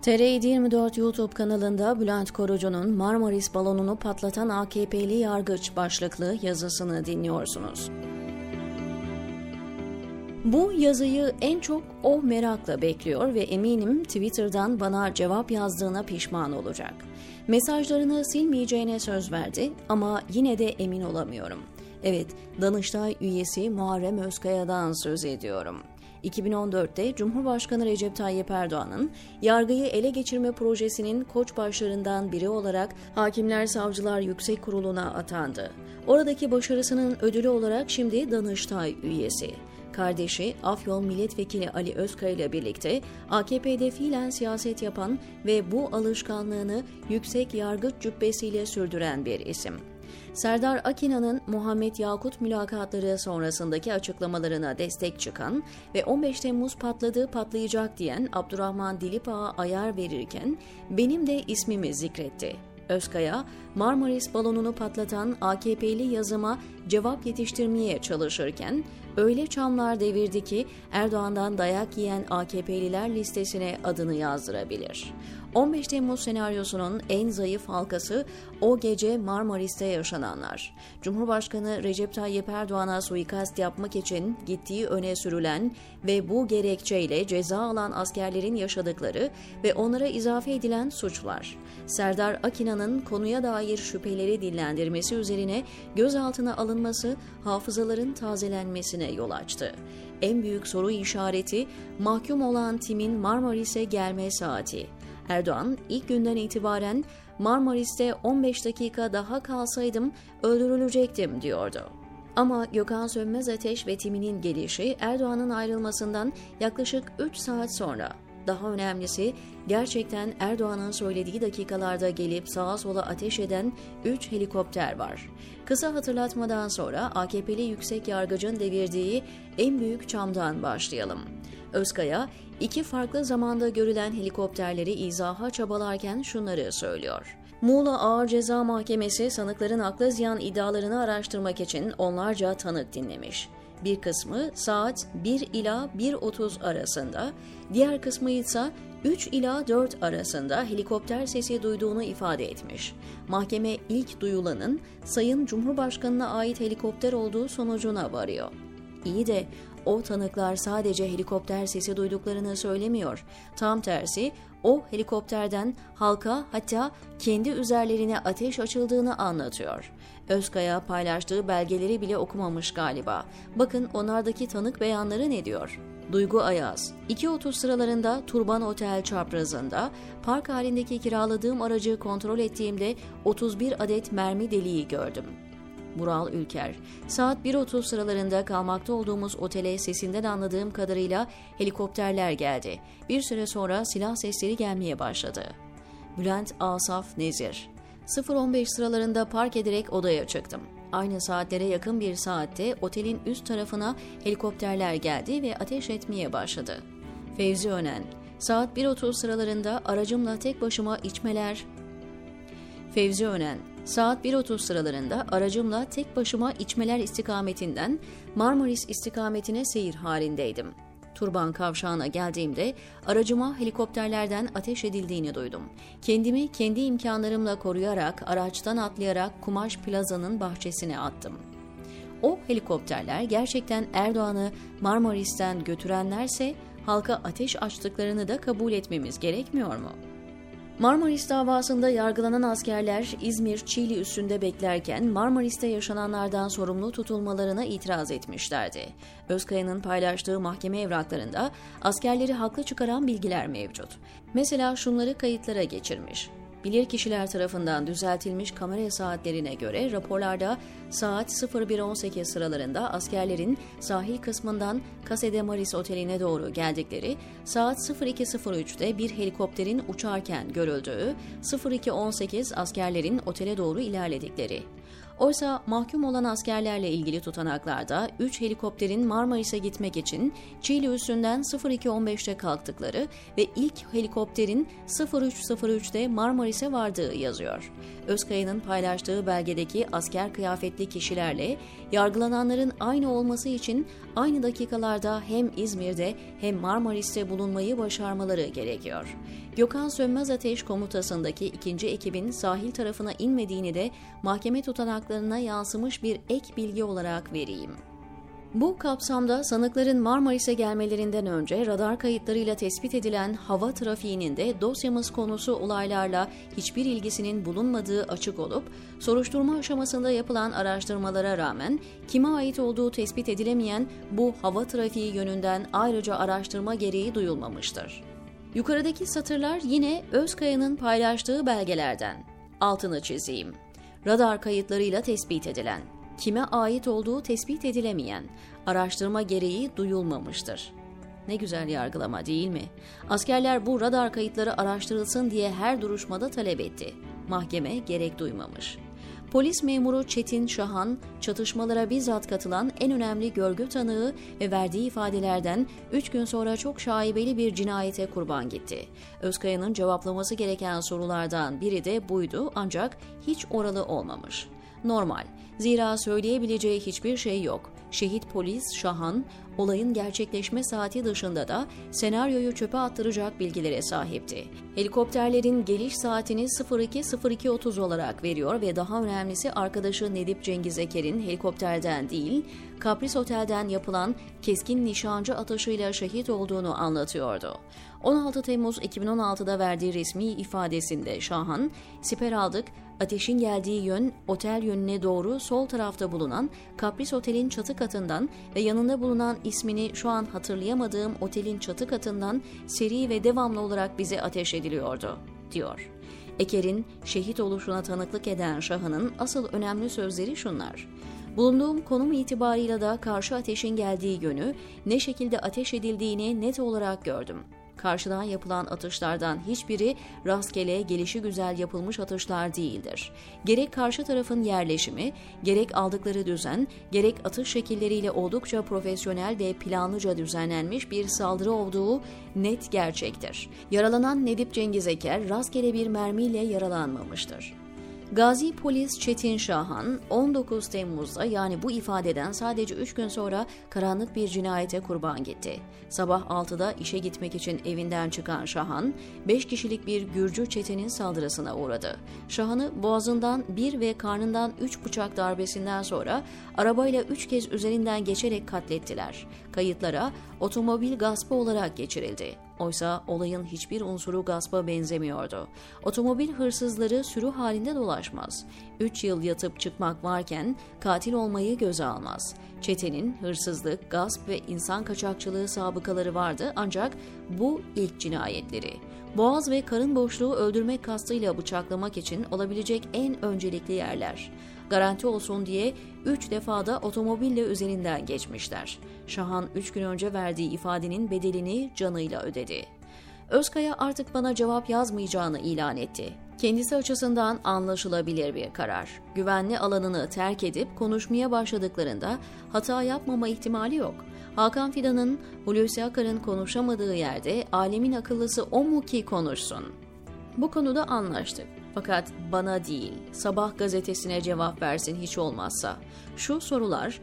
TR24 YouTube kanalında Bülent Korucu'nun Marmaris balonunu patlatan AKP'li yargıç başlıklı yazısını dinliyorsunuz. Bu yazıyı en çok o merakla bekliyor ve eminim Twitter'dan bana cevap yazdığına pişman olacak. Mesajlarını silmeyeceğine söz verdi ama yine de emin olamıyorum. Evet, Danıştay üyesi Muharrem Özkaya'dan söz ediyorum. 2014'te Cumhurbaşkanı Recep Tayyip Erdoğan'ın yargıyı ele geçirme projesinin koçbaşlarından biri olarak Hakimler Savcılar Yüksek Kurulu'na atandı. Oradaki başarısının ödülü olarak şimdi Danıştay üyesi. Kardeşi Afyon Milletvekili Ali Özkaya ile birlikte AKP'de fiilen siyaset yapan ve bu alışkanlığını yüksek yargıç cübbesiyle sürdüren bir isim. Serdar Akina'nın Muhammed Yakut mülakatları sonrasındaki açıklamalarına destek çıkan ve 15 Temmuz patladı patlayacak diyen Abdurrahman Dilipağ'a ayar verirken benim de ismimi zikretti. Özkaya, Marmaris balonunu patlatan AKP'li yazıma cevap yetiştirmeye çalışırken öyle çamlar devirdi ki Erdoğan'dan dayak yiyen AKP'liler listesine adını yazdırabilir. 15 Temmuz senaryosunun en zayıf halkası o gece Marmaris'te yaşananlar. Cumhurbaşkanı Recep Tayyip Erdoğan'a suikast yapmak için gittiği öne sürülen ve bu gerekçeyle ceza alan askerlerin yaşadıkları ve onlara izafe edilen suçlar. Serdar Akina'nın konuya dair şüpheleri dillendirmesi üzerine gözaltına alınması hafızaların tazelenmesine yol açtı. En büyük soru işareti mahkum olan timin Marmaris'e gelme saati. Erdoğan ilk günden itibaren Marmaris'te 15 dakika daha kalsaydım öldürülecektim diyordu. Ama Gökhan Sönmez-Ateş ve timinin gelişi Erdoğan'ın ayrılmasından yaklaşık 3 saat sonra. Daha önemlisi gerçekten Erdoğan'ın söylediği dakikalarda gelip sağa sola ateş eden 3 helikopter var. Kısa hatırlatmadan sonra AKP'li yüksek yargıcın devirdiği en büyük çamdan başlayalım. Özkaya, 2 farklı zamanda görülen helikopterleri izaha çabalarken şunları söylüyor. Muğla Ağır Ceza Mahkemesi sanıkların akla ziyan iddialarını araştırmak için onlarca tanık dinlemiş. Bir kısmı saat 1 ila 1.30 arasında, diğer kısmı ise 3 ila 4 arasında helikopter sesi duyduğunu ifade etmiş. Mahkeme ilk duyulanın Sayın Cumhurbaşkanı'na ait helikopter olduğu sonucuna varıyor. İyi de o tanıklar sadece helikopter sesi duyduklarını söylemiyor. Tam tersi o helikopterden halka hatta kendi üzerlerine ateş açıldığını anlatıyor. Özkaya paylaştığı belgeleri bile okumamış galiba. Bakın onlardaki tanık beyanları ne diyor? Duygu Ayaz, 2.30 sıralarında Turban Otel çaprazında park halindeki kiraladığım aracı kontrol ettiğimde 31 adet mermi deliği gördüm. Vural Ülker, saat 1.30 sıralarında kalmakta olduğumuz otele sesinden anladığım kadarıyla helikopterler geldi. Bir süre sonra silah sesleri gelmeye başladı. Bülent Asaf Nezir, 0.15 sıralarında park ederek odaya çıktım. Aynı saatlere yakın bir saatte otelin üst tarafına helikopterler geldi ve ateş etmeye başladı. Fevzi Önen, saat 1.30 sıralarında aracımla tek başıma içmeler istikametinden Marmaris istikametine seyir halindeydim. Turban Kavşağı'na geldiğimde aracıma helikopterlerden ateş edildiğini duydum. Kendimi kendi imkanlarımla koruyarak araçtan atlayarak Kumaş Plaza'nın bahçesine attım. O helikopterler gerçekten Erdoğan'ı Marmaris'ten götürenlerse halka ateş açtıklarını da kabul etmemiz gerekmiyor mu? Marmaris davasında yargılanan askerler İzmir-Çiğli üssünde beklerken Marmaris'te yaşananlardan sorumlu tutulmalarına itiraz etmişlerdi. Özkaya'nın paylaştığı mahkeme evraklarında askerleri haklı çıkaran bilgiler mevcut. Mesela şunları kayıtlara geçirmiş. Bilirkişiler tarafından düzeltilmiş kamera saatlerine göre raporlarda saat 01.18 sıralarında askerlerin sahil kısmından Casa de Maris oteline doğru geldikleri, saat 02.03'te bir helikopterin uçarken görüldüğü, 02.18 askerlerin otele doğru ilerledikleri. Oysa mahkum olan askerlerle ilgili tutanaklarda 3 helikopterin Marmaris'e gitmek için Çiğli üssünden 02.15'te kalktıkları ve ilk helikopterin 03.03'te Marmaris'e vardığı yazıyor. Özkaya'nın paylaştığı belgedeki asker kıyafetli kişilerle yargılananların aynı olması için aynı dakikalarda hem İzmir'de hem Marmaris'te bulunmayı başarmaları gerekiyor. Gökhan Sönmezateş komutasındaki 2. ekibin sahil tarafına inmediğini de mahkeme tutanaklarına yansımış bir ek bilgi olarak vereyim. Bu kapsamda sanıkların Marmaris'e gelmelerinden önce radar kayıtlarıyla tespit edilen hava trafiğinin de dosyamız konusu olaylarla hiçbir ilgisinin bulunmadığı açık olup, soruşturma aşamasında yapılan araştırmalara rağmen kime ait olduğu tespit edilemeyen bu hava trafiği yönünden ayrıca araştırma gereği duyulmamıştır. Yukarıdaki satırlar yine Özkaya'nın paylaştığı belgelerden. Altını çizeyim. Radar kayıtlarıyla tespit edilen, kime ait olduğu tespit edilemeyen, araştırma gereği duyulmamıştır. Ne güzel yargılama değil mi? Askerler bu radar kayıtları araştırılsın diye her duruşmada talep etti. Mahkeme gerek duymamış. Polis memuru Çetin Şahan, çatışmalara bizzat katılan en önemli görgü tanığı ve verdiği ifadelerden 3 gün sonra çok şaibeli bir cinayete kurban gitti. Özkaya'nın cevaplaması gereken sorulardan biri de buydu, ancak hiç oralı olmamış. Normal. Zira söyleyebileceği hiçbir şey yok. Şehit polis Şahan, olayın gerçekleşme saati dışında da senaryoyu çöpe attıracak bilgilere sahipti. Helikopterlerin geliş saatini 02.02.30 olarak veriyor ve daha önemlisi arkadaşı Nedip Cengiz Eker'in helikopterden değil, Kapris Otel'den yapılan keskin nişancı atışıyla şehit olduğunu anlatıyordu. 16 Temmuz 2016'da verdiği resmi ifadesinde Şahan, siper aldık, ateşin geldiği yön otel yönüne doğru sol tarafta bulunan Kapris Otel'in çatı katından ve yanında bulunan ismini şu an hatırlayamadığım otelin çatı katından seri ve devamlı olarak bize ateş ediliyordu, diyor. Eker'in şehit oluşuna tanıklık eden Şahan'ın asıl önemli sözleri şunlar. Bulunduğum konum itibarıyla da karşı ateşin geldiği yönü, ne şekilde ateş edildiğini net olarak gördüm. Karşıdan yapılan atışlardan hiçbiri rastgele, gelişigüzel yapılmış atışlar değildir. Gerek karşı tarafın yerleşimi, gerek aldıkları düzen, gerek atış şekilleriyle oldukça profesyonel ve planlıca düzenlenmiş bir saldırı olduğu net gerçektir. Yaralanan Nedip Cengiz Eker rastgele bir mermiyle yaralanmamıştır. Gazi polis Çetin Şahan, 19 Temmuz'da yani bu ifadeden sadece 3 gün sonra karanlık bir cinayete kurban gitti. Sabah 6'da işe gitmek için evinden çıkan Şahan, 5 kişilik bir Gürcü çetenin saldırısına uğradı. Şahan'ı boğazından 1 ve karnından 3 bıçak darbesinden sonra arabayla 3 kez üzerinden geçerek katlettiler. Kayıtlara otomobil gaspı olarak geçirildi. Oysa olayın hiçbir unsuru gaspa benzemiyordu. Otomobil hırsızları sürü halinde dolaşmaz. 3 yıl yatıp çıkmak varken katil olmayı göze almaz. Çetenin hırsızlık, gasp ve insan kaçakçılığı sabıkaları vardı, ancak bu ilk cinayetleri. Boğaz ve karın boşluğu öldürmek kastıyla bıçaklamak için olabilecek en öncelikli yerler. Garanti olsun diye 3 defada otomobille üzerinden geçmişler. Şahan 3 gün önce verdiği ifadenin bedelini canıyla ödedi. Özkaya artık bana cevap yazmayacağını ilan etti. Kendisi açısından anlaşılabilir bir karar. Güvenli alanını terk edip konuşmaya başladıklarında hata yapmama ihtimali yok. Hakan Fidan'ın, Hulusi Akar'ın konuşamadığı yerde alemin akıllısı o mu ki konuşsun? Bu konuda anlaştık. Fakat bana değil, Sabah gazetesine cevap versin hiç olmazsa. Şu sorular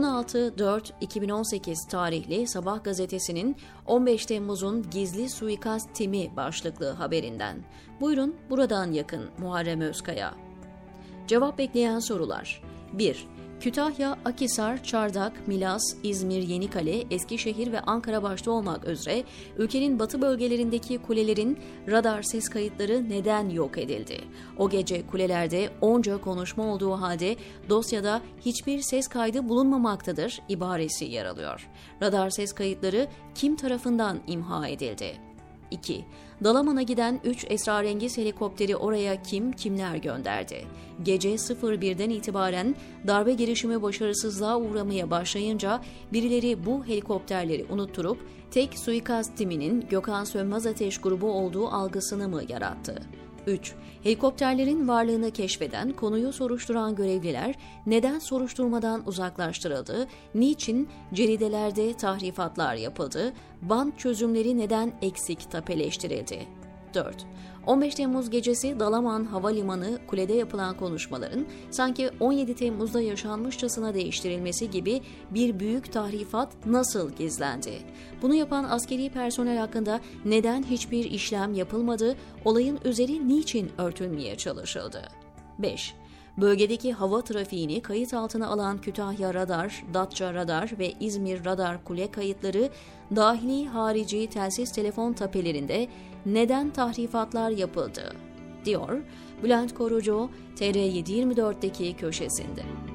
16.04.2018 tarihli Sabah gazetesinin 15 Temmuz'un gizli suikast timi başlıklı haberinden. Buyurun, buradan yakın Muharrem Özkaya. Cevap bekleyen sorular. 1. Kütahya, Akhisar, Çardak, Milas, İzmir, Yenikale, Eskişehir ve Ankara başta olmak üzere ülkenin batı bölgelerindeki kulelerin radar ses kayıtları neden yok edildi? O gece kulelerde onca konuşma olduğu halde dosyada hiçbir ses kaydı bulunmamaktadır ibaresi yer alıyor. Radar ses kayıtları kim tarafından imha edildi? 2. Dalaman'a giden 3 esrarengiz helikopteri oraya kimler gönderdi? Gece 01'den itibaren darbe girişimi başarısızlığa uğramaya başlayınca birileri bu helikopterleri unutturup tek suikast timinin Gökhan Sönmezateş grubu olduğu algısını mı yarattı? 3. Helikopterlerin varlığını keşfeden, konuyu soruşturan görevliler neden soruşturmadan uzaklaştırıldı, niçin ceridelerde tahrifatlar yapıldı, band çözümleri neden eksik tapeleştirildi? 4. 15 Temmuz gecesi Dalaman Havalimanı kulede yapılan konuşmaların sanki 17 Temmuz'da yaşanmışçasına değiştirilmesi gibi bir büyük tahrifat nasıl gizlendi? Bunu yapan askeri personel hakkında neden hiçbir işlem yapılmadı, olayın üzeri niçin örtülmeye çalışıldı? 5. Bölgedeki hava trafiğini kayıt altına alan Kütahya Radar, Datça Radar ve İzmir Radar kule kayıtları dahili harici telsiz telefon tapelerinde neden tahrifatlar yapıldı, diyor Bülent Korucu TR724'deki köşesinde.